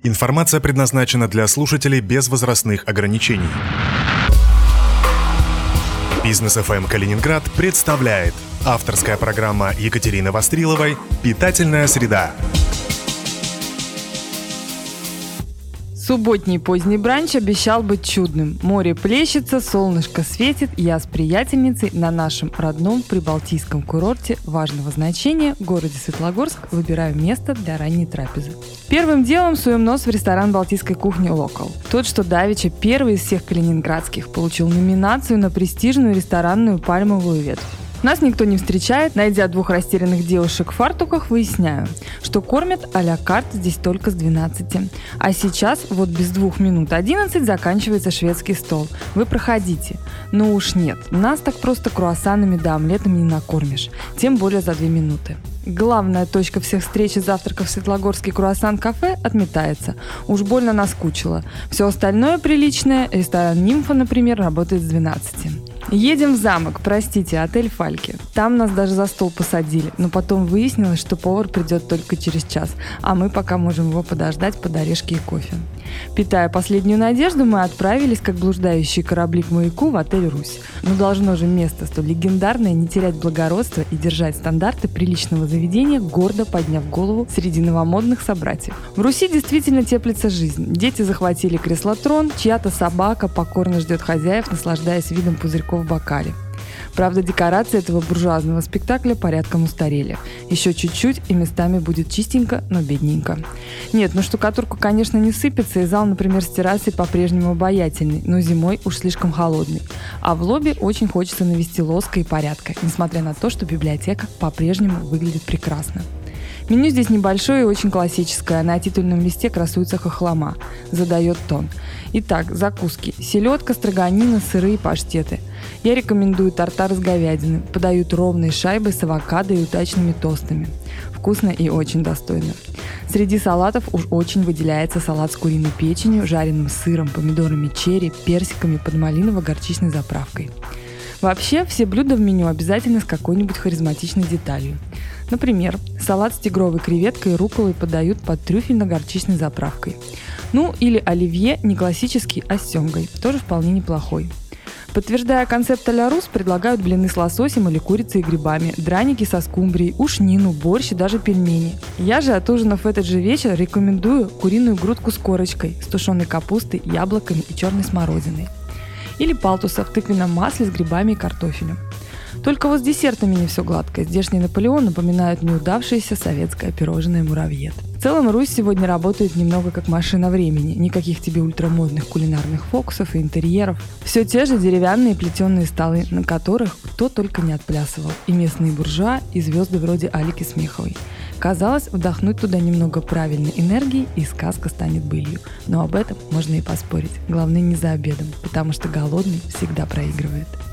Информация предназначена для слушателей без возрастных ограничений. Бизнес FM Калининград представляет авторская программа Екатерины Востриловой «Питательная среда». Субботний поздний бранч обещал быть чудным. Море плещется, солнышко светит, я с приятельницей на нашем родном прибалтийском курорте важного значения, городе Светлогорск, выбираю место для ранней трапезы. Первым делом суем нос в ресторан балтийской кухни «Локал». Тот, что давеча первый из всех калининградских, получил номинацию на престижную ресторанную пальмовую ветвь. Нас никто не встречает, найдя двух растерянных девушек в фартуках, выясняю, что кормят а-ля карт здесь только с 12. А сейчас, вот без 2 минут 11, заканчивается шведский стол. Вы проходите. Ну уж нет, нас так просто круассанами да омлетами не накормишь, тем более за 2 минуты. Главная точка всех встреч и завтраков в Светлогорский круассан-кафе отметается. Уж больно наскучило. Все остальное приличное, ресторан «Нимфа», например, работает с 12. Едем в замок, простите, отель «Фальки». Там нас даже за стол посадили, но потом выяснилось, что повар придет только через час, а мы пока можем его подождать под орешки и кофе. Питая последнюю надежду, мы отправились, как блуждающие корабли к маяку, в отель «Русь». Но должно же место столь легендарное не терять благородства и держать стандарты приличного заведения, гордо подняв голову среди новомодных собратьев. В Руси действительно теплится жизнь. Дети захватили креслотрон, чья-то собака покорно ждет хозяев, наслаждаясь видом пузырьков в бокале. Правда, декорации этого буржуазного спектакля порядком устарели. Еще чуть-чуть, и местами будет чистенько, но бедненько. Нет, ну штукатурка, конечно, не сыпется, и зал, например, с террасой по-прежнему обаятельный, но зимой уж слишком холодный. А в лобби очень хочется навести лоска и порядка, несмотря на то, что библиотека по-прежнему выглядит прекрасно. Меню здесь небольшое и очень классическое. На титульном листе красуется хохлома. Задает тон. Итак, закуски. Селедка, строганина, сыры и паштеты. Я рекомендую тартар из говядины. Подают ровной шайбой с авокадо и удачными тостами. Вкусно и очень достойно. Среди салатов уж очень выделяется салат с куриной печенью, жареным сыром, помидорами черри, персиками под малиново-горчичной заправкой. Вообще, все блюда в меню обязательно с какой-нибудь харизматичной деталью. Например, салат с тигровой креветкой и рукколой подают под трюфельно-горчичной заправкой. Ну, или оливье не классический, а с семгой, тоже вполне неплохой. Подтверждая концепт а-ля Рус, предлагают блины с лососем или курицей и грибами, драники со скумбрией, ушнину, борщ и даже пельмени. Я же, отужинав в этот же вечер, рекомендую куриную грудку с корочкой, с тушеной капустой, яблоками и черной смородиной. Или палтуса в тыквенном масле с грибами и картофелем. Только вот с десертами не все гладко. Здешний Наполеон напоминает неудавшееся советское пирожное «Муравьед». В целом Русь сегодня работает немного как машина времени. Никаких тебе ультрамодных кулинарных фокусов и интерьеров. Все те же деревянные плетеные столы, на которых кто только не отплясывал. И местные буржуа, и звезды вроде Алики Смеховой. Казалось, вдохнуть туда немного правильной энергии, и сказка станет былью. Но об этом можно и поспорить. Главное, не за обедом, потому что голодный всегда проигрывает.